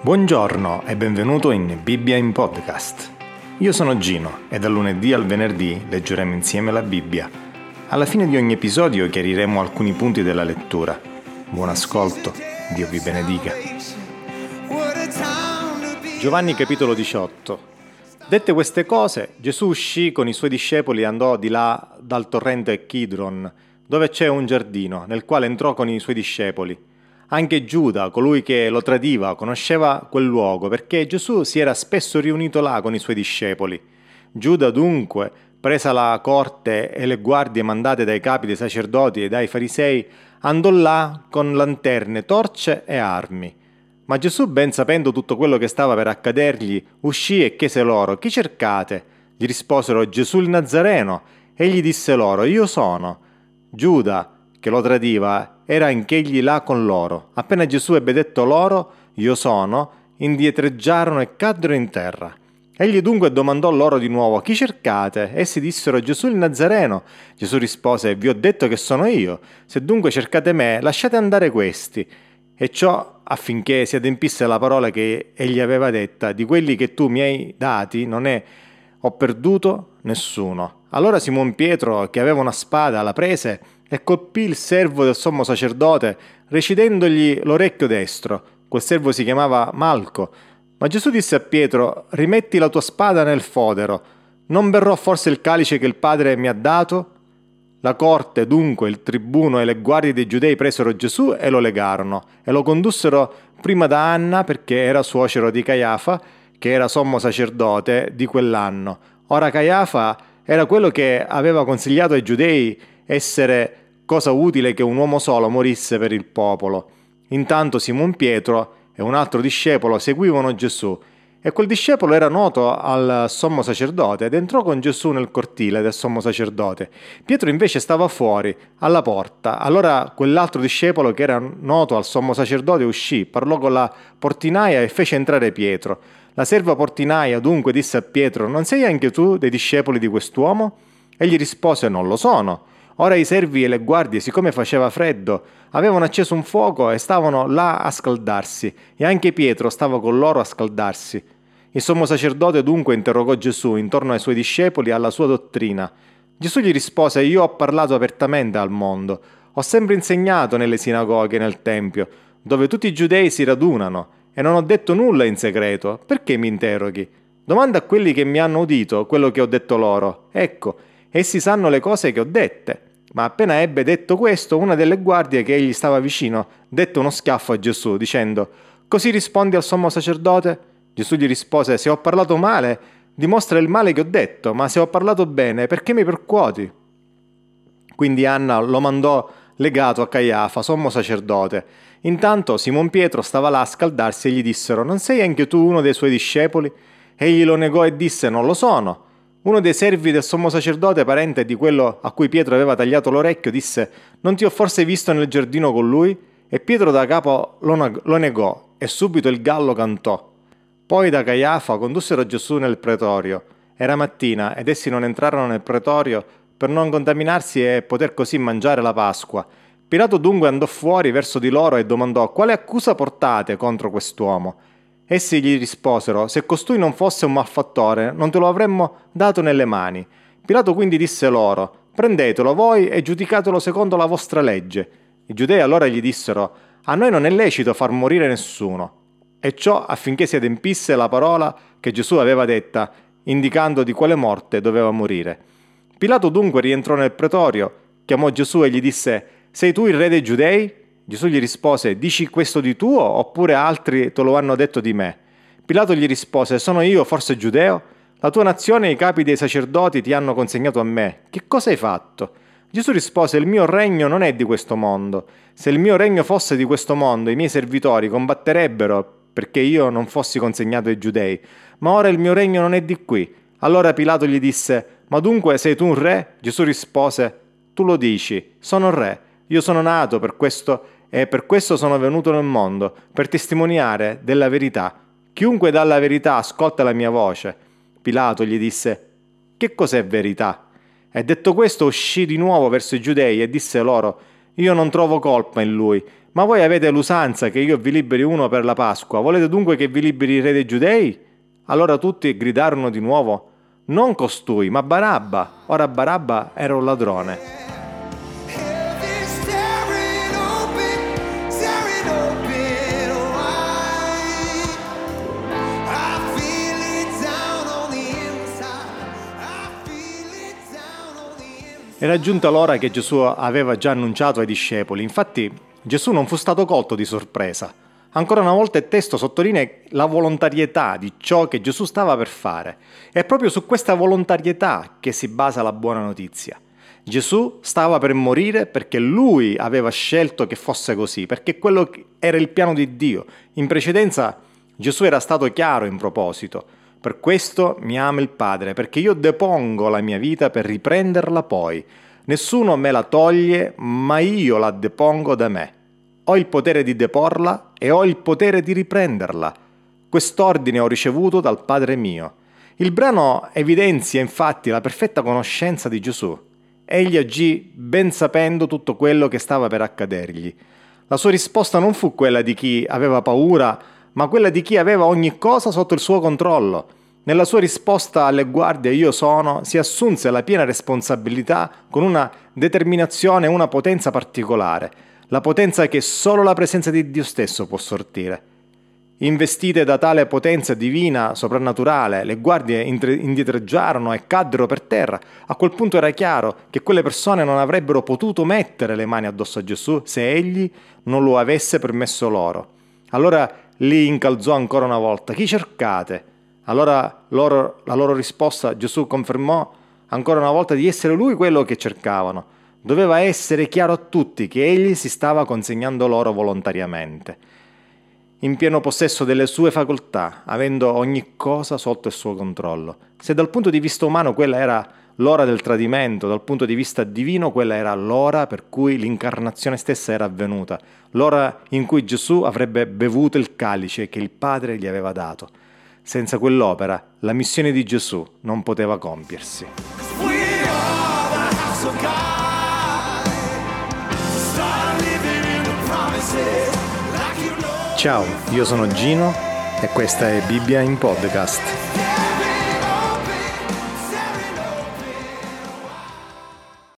Buongiorno e benvenuto in Bibbia in Podcast. Io sono Gino e dal lunedì al venerdì leggeremo insieme la Bibbia. Alla fine di ogni episodio chiariremo alcuni punti della lettura. Buon ascolto, Dio vi benedica. Giovanni capitolo 18. Dette queste cose, Gesù uscì con i suoi discepoli e andò di là dal torrente Kidron, dove c'è un giardino, nel quale entrò con i suoi discepoli. Anche Giuda, colui che lo tradiva, conosceva quel luogo, perché Gesù si era spesso riunito là con i suoi discepoli. Giuda dunque, presa la corte e le guardie mandate dai capi dei sacerdoti e dai farisei, andò là con lanterne, torce e armi. Ma Gesù, ben sapendo tutto quello che stava per accadergli, uscì e chiese loro: «Chi cercate?» Gli risposero: «Gesù il Nazareno». Egli disse loro: «Io sono». Giuda, che lo tradiva, era anch'egli là con loro. Appena Gesù ebbe detto loro: «Io sono», indietreggiarono e caddero in terra. Egli dunque domandò loro di nuovo: «Chi cercate?» Essi dissero: «Gesù il Nazareno». Gesù rispose: «Vi ho detto che sono io. Se dunque cercate me, lasciate andare questi». E ciò affinché si adempisse la parola che egli aveva detta: «Di quelli che tu mi hai dati non ne ho perduto nessuno». Allora Simon Pietro, che aveva una spada, la prese e colpì il servo del sommo sacerdote, recidendogli l'orecchio destro. Quel servo si chiamava Malco. Ma Gesù disse a Pietro: «Rimetti la tua spada nel fodero. Non berrò forse il calice che il Padre mi ha dato?» La corte, dunque, il tribuno e le guardie dei giudei presero Gesù e lo legarono e lo condussero prima da Anna, perché era suocero di Caiafa, che era sommo sacerdote di quell'anno. Ora Caiafa era quello che aveva consigliato ai giudei essere cosa utile che un uomo solo morisse per il popolo. Intanto Simon Pietro e un altro discepolo seguivano Gesù, e quel discepolo era noto al sommo sacerdote ed entrò con Gesù nel cortile del sommo sacerdote. Pietro invece stava fuori, alla porta. Allora quell'altro discepolo che era noto al sommo sacerdote uscì, parlò con la portinaia e fece entrare Pietro. La serva portinaia dunque disse a Pietro: «Non sei anche tu dei discepoli di quest'uomo?» Egli rispose: «Non lo sono». Ora i servi e le guardie, siccome faceva freddo, avevano acceso un fuoco e stavano là a scaldarsi, e anche Pietro stava con loro a scaldarsi. Il sommo sacerdote dunque interrogò Gesù intorno ai suoi discepoli e alla sua dottrina. Gesù gli rispose: «Io ho parlato apertamente al mondo. Ho sempre insegnato nelle sinagoghe e nel tempio, dove tutti i giudei si radunano, e non ho detto nulla in segreto. Perché mi interroghi? Domanda a quelli che mi hanno udito quello che ho detto loro. Ecco, essi sanno le cose che ho dette». Ma appena ebbe detto questo, una delle guardie che egli stava vicino dette uno schiaffo a Gesù, dicendo: «Così rispondi al sommo sacerdote?» Gesù gli rispose: «Se ho parlato male, dimostra il male che ho detto, ma se ho parlato bene, perché mi percuoti?» Quindi Anna lo mandò legato a Caiafa, sommo sacerdote. Intanto Simon Pietro stava là a scaldarsi e gli dissero: «Non sei anche tu uno dei suoi discepoli?» Egli lo negò e disse: «Non lo sono». Uno dei servi del sommo sacerdote, parente di quello a cui Pietro aveva tagliato l'orecchio, disse: «Non ti ho forse visto nel giardino con lui?» E Pietro da capo lo negò, e subito il gallo cantò. Poi da Caiafa condussero Gesù nel pretorio. Era mattina ed essi non entrarono nel pretorio per non contaminarsi e poter così mangiare la Pasqua. Pilato dunque andò fuori verso di loro e domandò: «Quale accusa portate contro quest'uomo?» Essi gli risposero: «Se costui non fosse un malfattore, non te lo avremmo dato nelle mani». Pilato quindi disse loro: «Prendetelo voi e giudicatelo secondo la vostra legge». I giudei allora gli dissero: «A noi non è lecito far morire nessuno». E ciò affinché si adempisse la parola che Gesù aveva detta, indicando di quale morte doveva morire. Pilato dunque rientrò nel pretorio, chiamò Gesù e gli disse: «Sei tu il re dei Giudei?» Gesù gli rispose: «Dici questo di tuo, oppure altri te lo hanno detto di me?» Pilato gli rispose: «Sono io forse giudeo? La tua nazione e i capi dei sacerdoti ti hanno consegnato a me. Che cosa hai fatto?» Gesù rispose: «Il mio regno non è di questo mondo. Se il mio regno fosse di questo mondo, i miei servitori combatterebbero perché io non fossi consegnato ai giudei. Ma ora il mio regno non è di qui». Allora Pilato gli disse: «Ma dunque sei tu un re?» Gesù rispose: «Tu lo dici, sono re. Io sono nato per questo e per questo sono venuto nel mondo, per testimoniare della verità. Chiunque dà la verità ascolta la mia voce». Pilato gli disse: «Che cos'è verità?» E detto questo uscì di nuovo verso i giudei e disse loro: «Io non trovo colpa in lui, Ma voi avete l'usanza che io vi liberi uno per la Pasqua, volete dunque che vi liberi il re dei Giudei? Allora tutti gridarono di nuovo: non costui, ma Barabba. Ora Barabba era un ladrone. Era giunta l'ora che Gesù aveva già annunciato ai discepoli, infatti Gesù non fu stato colto di sorpresa. Ancora una volta il testo sottolinea la volontarietà di ciò che Gesù stava per fare. È proprio su questa volontarietà che si basa la buona notizia. Gesù stava per morire perché lui aveva scelto che fosse così, perché quello era il piano di Dio. In precedenza Gesù era stato chiaro in proposito. Per questo mi ama il Padre, perché io depongo la mia vita per riprenderla poi. Nessuno me la toglie, ma io la depongo da me. Ho il potere di deporla e ho il potere di riprenderla. Quest'ordine ho ricevuto dal Padre mio. Il brano evidenzia infatti la perfetta conoscenza di Gesù. Egli agì ben sapendo tutto quello che stava per accadergli. La sua risposta non fu quella di chi aveva paura, ma quella di chi aveva ogni cosa sotto il suo controllo. Nella sua risposta alle guardie io sono, si assunse la piena responsabilità con una determinazione e una potenza particolare, la potenza che solo la presenza di Dio stesso può sortire. Investite da tale potenza divina, soprannaturale, le guardie indietreggiarono e caddero per terra. A quel punto era chiaro che quelle persone non avrebbero potuto mettere le mani addosso a Gesù se egli non lo avesse permesso loro. Allora lì incalzò ancora una volta: chi cercate? Allora la loro risposta, Gesù confermò ancora una volta di essere lui quello che cercavano. Doveva essere chiaro a tutti che egli si stava consegnando loro volontariamente, in pieno possesso delle sue facoltà, avendo ogni cosa sotto il suo controllo. Se dal punto di vista umano quella era l'ora del tradimento, dal punto di vista divino quella era l'ora per cui l'incarnazione stessa era avvenuta, l'ora in cui Gesù avrebbe bevuto il calice che il Padre gli aveva dato. Senza quell'opera, la missione di Gesù non poteva compiersi. Ciao, io sono Gino e questa è Bibbia in Podcast.